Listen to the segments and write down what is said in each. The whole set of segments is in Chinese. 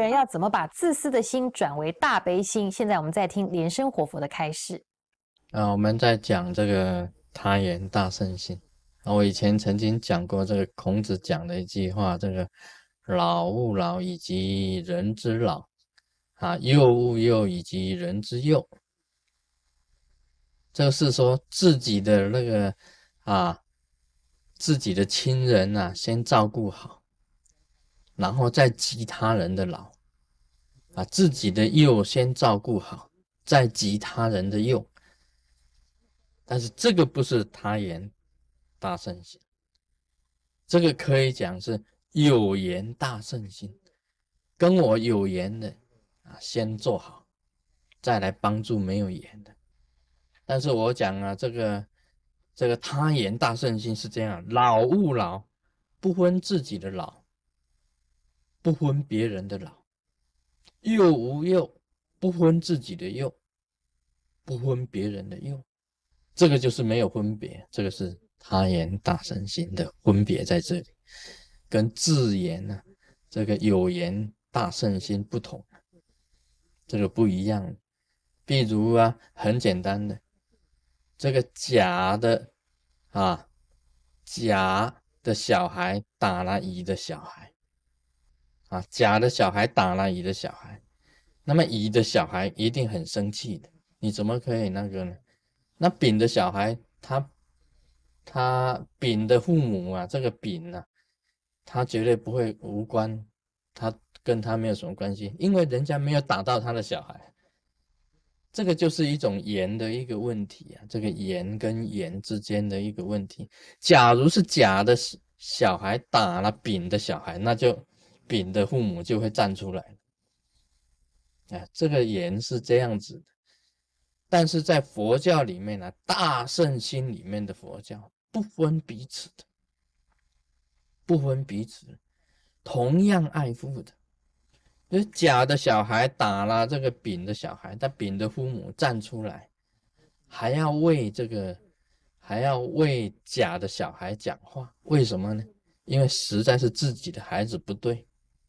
人要怎么把自私的心转为大悲心？现在我们在听莲生活佛的开示。 我们在讲这个他言大圣心。我以前曾经讲过这个孔子讲的一句话，这个老吾老以及人之老，幼吾幼以及人之幼。这个是说自己的那个自己的亲人先照顾好，然后再及他人的老，自己的幼先照顾好，再及他人的幼。但是这个不是他言大圣心，这个可以讲是有言大圣心，跟我有言的先做好，再来帮助没有言的。但是我讲这个他言大圣心是这样，老吾老，不分自己的老，不分别人的老；幼吾幼，不分自己的幼，不分别人的幼。这个就是没有分别，这个是他言大圣心的分别在这里，跟自言这个有言大圣心不同，这个不一样。比如很简单的，这个甲的小孩打了乙的小孩，甲的小孩打了乙的小孩，那么乙的小孩一定很生气的，你怎么可以那个呢？那丙的小孩，他丙的父母这个丙他绝对不会无关，他跟他没有什么关系，因为人家没有打到他的小孩。这个就是一种言的一个问题这个言跟言之间的一个问题。假如是甲的小孩打了丙的小孩，那就丙的父母就会站出来这个言是这样子的。但是在佛教里面大圣心里面的佛教不分彼此的，不分彼此，同样爱护的。就是甲的小孩打了这个丙的小孩，但丙的父母站出来，还要为甲的小孩讲话，为什么呢？因为实在是自己的孩子不对。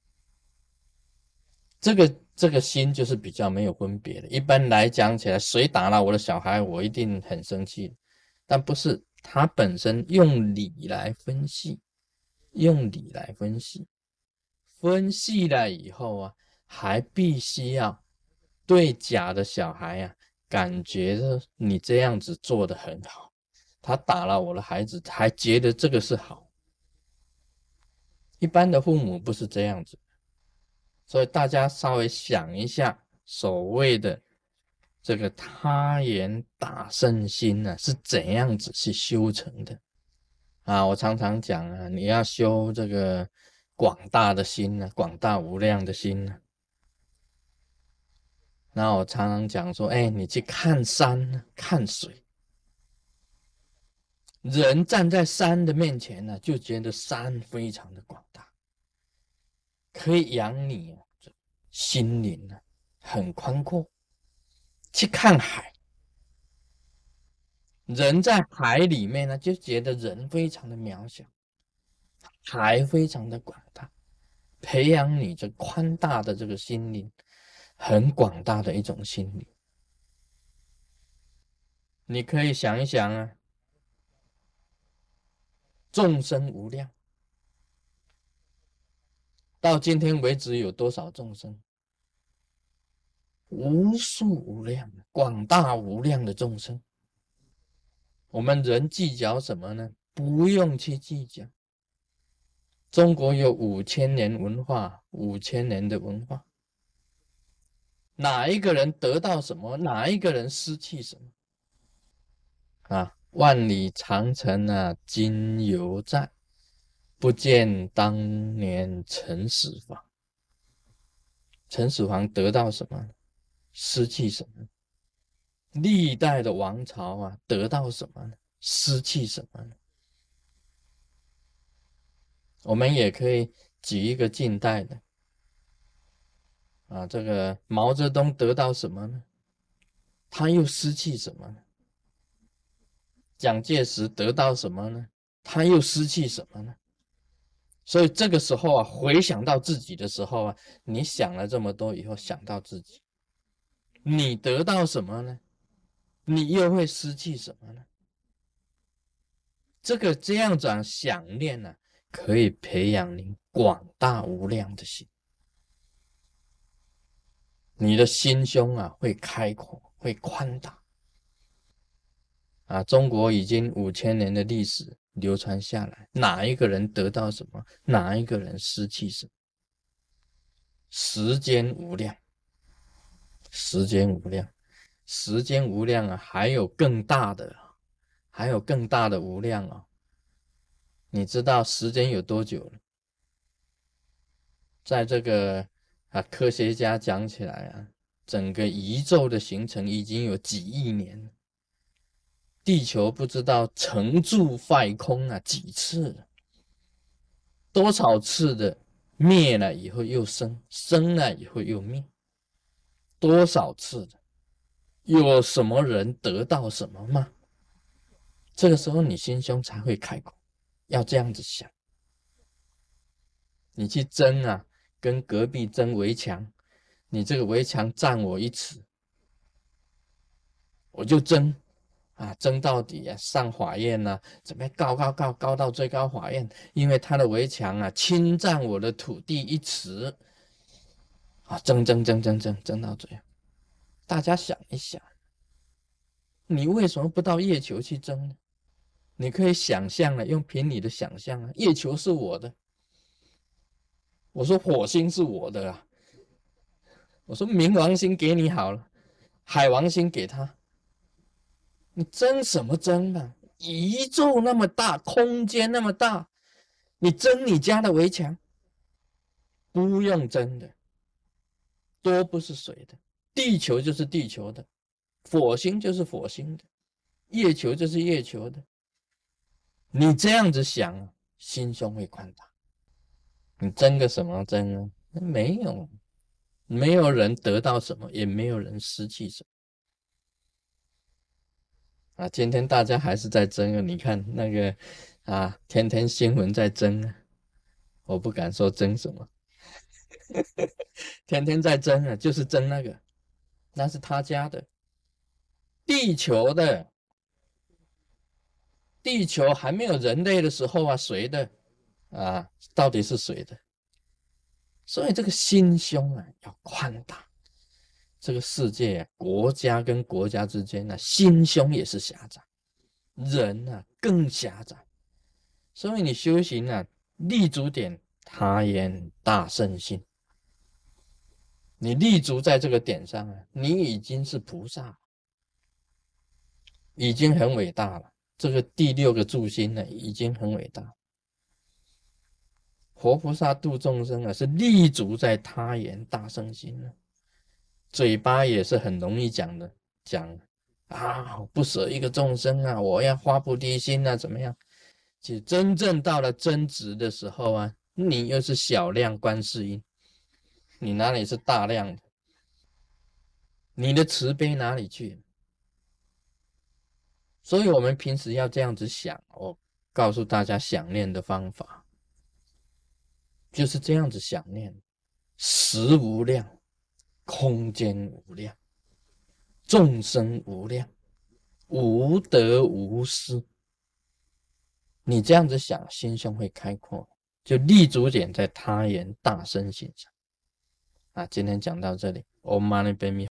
这个心就是比较没有分别的。一般来讲起来，谁打了我的小孩，我一定很生气，但不是，他本身用理来分析，用理来分析，分析了以后还必须要对甲的小孩感觉到你这样子做得很好，他打了我的孩子，还觉得这个是好。一般的父母不是这样子。所以大家稍微想一下，所谓的这个他言大圣心是怎样子去修成的我常常讲你要修这个广大的心广大无量的心那我常常讲说，你去看山看水，人站在山的面前就觉得山非常的广大，可以养你心灵很宽阔。去看海，人在海里面就觉得人非常的渺小，海非常的广大，培养你这宽大的这个心灵，很广大的一种心灵。你可以想一想众生无量，到今天为止有多少众生？无数无量，广大无量的众生。我们人计较什么呢？不用去计较。中国有5000年文化，5000年的文化，哪一个人得到什么，哪一个人失去什么万里长城今犹在，不见当年陈始皇。陈始皇得到什么？失去什么？历代的王朝得到什么呢？失去什么呢？我们也可以举一个近代的这个毛泽东得到什么呢？他又失去什么呢？蒋介石得到什么呢？他又失去什么呢？ 所以这个时候啊，回想到自己的时候啊，你想了这么多以后，想到自己，你得到什么呢？你又会失去什么呢？这样子想念呢，可以培养你广大无量的心，你的心胸啊会开阔，会宽大。中国已经5000年的历史流传下来，哪一个人得到什么，哪一个人失去什么？时间无量，时间无量，时间无量啊，还有更大的无量啊！你知道时间有多久了？在这个科学家讲起来啊，整个宇宙的形成已经有几亿年了。地球不知道沉住坏空几次了，多少次的灭了以后又生，生了以后又灭，多少次的？有什么人得到什么吗？这个时候你心胸才会开阔，要这样子想。你去争跟隔壁争围墙，你这个围墙占我1尺，我就争争到底上法院准备告到最高法院，因为他的围墙侵占我的土地1尺争到最后。大家想一想，你为什么不到月球去争呢？你可以想象用凭你的想象月球是我的，我说火星是我的我说冥王星给你好了，海王星给他，你争什么争啊？宇宙那么大，空间那么大，你争你家的围墙？不用争的，多不是水的，地球就是地球的，火星就是火星的，月球就是月球的。你这样子想心胸会宽大。你争个什么争啊？没有人得到什么，也没有人失去什么今天大家还是在争你看那个天天新闻在争我不敢说争什么天天在争就是争那个，那是他家的，地球的，地球还没有人类的时候谁的到底是谁的？所以这个心胸要宽大。这个世界国家跟国家之间心胸也是狭窄，人更狭窄。所以你修行立足点他言大圣心，你立足在这个点上你已经是菩萨，已经很伟大了。这个第6个助心已经很伟大。活菩萨度众生是立足在他言大圣心嘴巴也是很容易讲的，讲不舍一个众生我要发菩提心怎么样？其实真正到了真执的时候你又是小量观世音，你哪里是大量的？你的慈悲哪里去？所以我们平时要这样子想，我告诉大家想念的方法，就是这样子想念，时无量，空间无量，众生无量，无得无失。你这样子想，心胸会开阔，就立足点在他言大圣心上今天讲到这里，Om Mani Padme